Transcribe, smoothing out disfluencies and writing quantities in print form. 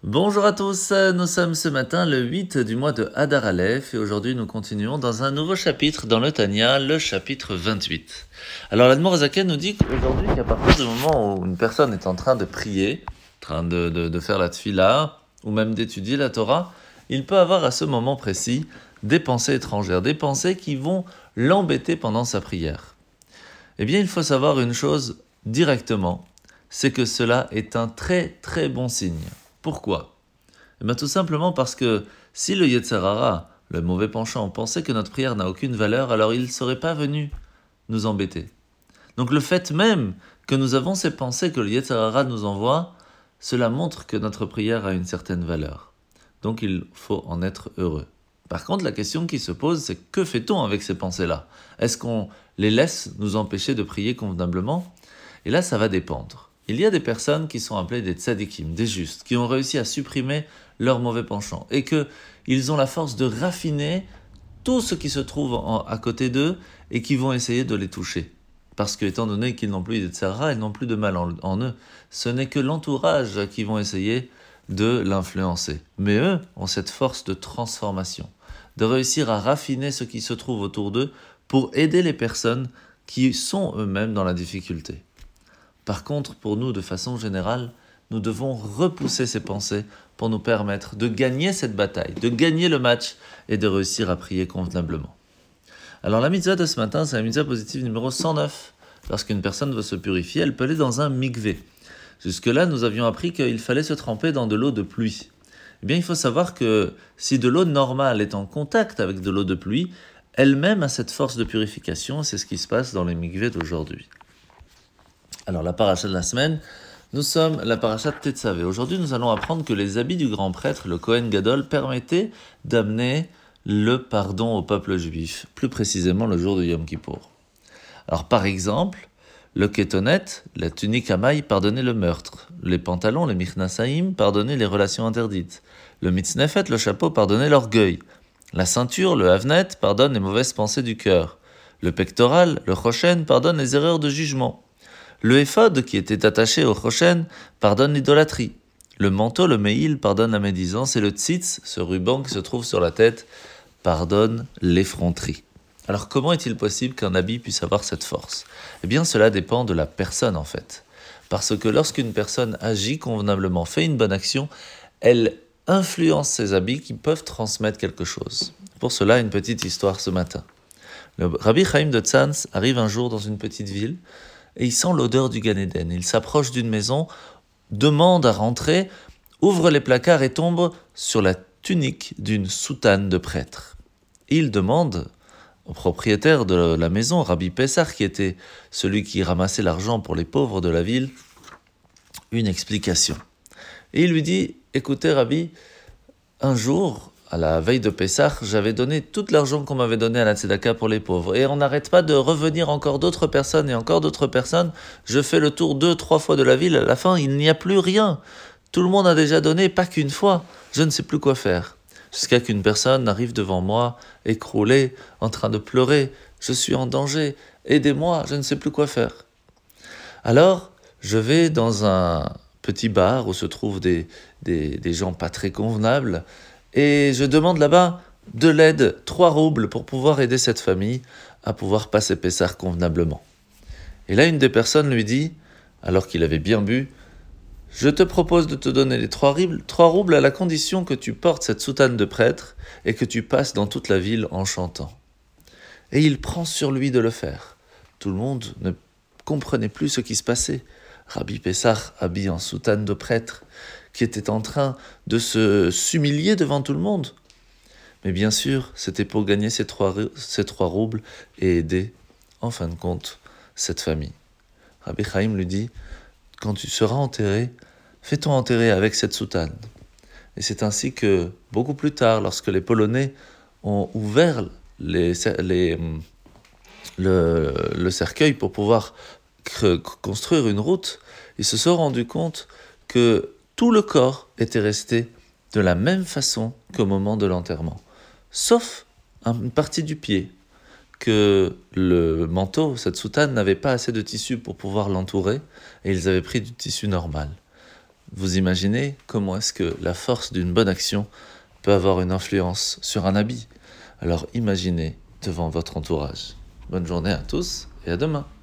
Bonjour à tous, nous sommes ce matin le 8 du mois de Hadar Aleph et aujourd'hui nous continuons dans un nouveau chapitre dans le Tanya, le chapitre 28. Alors l'Admor Zaken nous dit qu'aujourd'hui qu'à partir du moment où une personne est en train de prier, en train de faire la tfila ou même d'étudier la Torah, il peut avoir à ce moment précis des pensées étrangères, des pensées qui vont l'embêter pendant sa prière. Eh bien il faut savoir une chose directement, c'est que cela est un très très bon signe. Pourquoi ? Eh bien, tout simplement parce que si le Yetzer Hara, le mauvais penchant, pensait que notre prière n'a aucune valeur, alors il ne serait pas venu nous embêter. Donc le fait même que nous avons ces pensées que le Yetzer Hara nous envoie, cela montre que notre prière a une certaine valeur. Donc il faut en être heureux. Par contre, la question qui se pose, c'est que fait-on avec ces pensées-là ? Est-ce qu'on les laisse nous empêcher de prier convenablement ? Et là, ça va dépendre. Il y a des personnes qui sont appelées des tzadikim, des justes, qui ont réussi à supprimer leur mauvais penchant et qu'ils ont la force de raffiner tout ce qui se trouve à côté d'eux et qui vont essayer de les toucher. Parce que, étant donné qu'ils n'ont plus de tzara, ils n'ont plus de mal en eux. Ce n'est que l'entourage qui vont essayer de l'influencer. Mais eux ont cette force de transformation, de réussir à raffiner ce qui se trouve autour d'eux pour aider les personnes qui sont eux-mêmes dans la difficulté. Par contre, pour nous, de façon générale, nous devons repousser ces pensées pour nous permettre de gagner cette bataille, de gagner le match et de réussir à prier convenablement. Alors la mitzvah de ce matin, c'est la mitzvah positive numéro 109. Lorsqu'une personne veut se purifier, elle peut aller dans un mikvé. Jusque-là, nous avions appris qu'il fallait se tremper dans de l'eau de pluie. Eh bien, il faut savoir que si de l'eau normale est en contact avec de l'eau de pluie, elle-même a cette force de purification, et c'est ce qui se passe dans les mikvés d'aujourd'hui. Alors la paracha de la semaine, nous sommes la paracha de Tetzavé. Aujourd'hui, nous allons apprendre que les habits du grand prêtre, le Kohen Gadol, permettaient d'amener le pardon au peuple juif, plus précisément le jour de Yom Kippour. Alors par exemple, le kétonet, la tunique à mailles, pardonnait le meurtre. Les pantalons, les michnasaïm, pardonnaient les relations interdites. Le mitznefet, le chapeau, pardonnait l'orgueil. La ceinture, le havnet, pardonne les mauvaises pensées du cœur. Le pectoral, le choshen, pardonne les erreurs de jugement. Le éphod, qui était attaché au choshen, pardonne l'idolâtrie. Le manteau, le meïl, pardonne la médisance. Et le tzitz, ce ruban qui se trouve sur la tête, pardonne l'effronterie. Alors comment est-il possible qu'un habit puisse avoir cette force ? Eh bien cela dépend de la personne en fait. Parce que lorsqu'une personne agit convenablement, fait une bonne action, elle influence ses habits qui peuvent transmettre quelque chose. Pour cela, une petite histoire ce matin. Le Rabbi Chaim de Tzanz arrive un jour dans une petite ville, et il sent l'odeur du Gan Eden. Il s'approche d'une maison, demande à rentrer, ouvre les placards et tombe sur la tunique d'une soutane de prêtre. Il demande au propriétaire de la maison, Rabbi Pessar, qui était celui qui ramassait l'argent pour les pauvres de la ville, une explication. Et il lui dit, écoutez Rabbi, un jour, à la veille de Pessah, j'avais donné tout l'argent qu'on m'avait donné à la tzedaka pour les pauvres. Et on n'arrête pas de revenir encore d'autres personnes et encore d'autres personnes. Je fais le tour 2-3 fois de la ville. À la fin, il n'y a plus rien. Tout le monde a déjà donné, pas qu'une fois. Je ne sais plus quoi faire. Jusqu'à qu'une personne arrive devant moi, écroulée, en train de pleurer. Je suis en danger. Aidez-moi, je ne sais plus quoi faire. Alors, je vais dans un petit bar où se trouvent des gens pas très convenables. Et je demande là-bas de l'aide, 3 roubles, pour pouvoir aider cette famille à pouvoir passer Pessah convenablement. Et là, une des personnes lui dit, alors qu'il avait bien bu, « Je te propose de te donner les 3 roubles à la condition que tu portes cette soutane de prêtre et que tu passes dans toute la ville en chantant. » Et il prend sur lui de le faire. Tout le monde ne comprenait plus ce qui se passait. Rabbi Pessah, habillé en soutane de prêtre, qui était en train de s'humilier devant tout le monde. Mais bien sûr, c'était pour gagner ces 3 roubles et aider, en fin de compte, cette famille. Rabbi Chaim lui dit, quand tu seras enterré, fais-toi enterrer avec cette soutane. Et c'est ainsi que, beaucoup plus tard, lorsque les Polonais ont ouvert le cercueil pour pouvoir construire une route, ils se sont rendus compte que tout le corps était resté de la même façon qu'au moment de l'enterrement, sauf une partie du pied, que le manteau, cette soutane, n'avait pas assez de tissu pour pouvoir l'entourer, et ils avaient pris du tissu normal. Vous imaginez comment est-ce que la force d'une bonne action peut avoir une influence sur un habit? Alors imaginez devant votre entourage. Bonne journée à tous et à demain.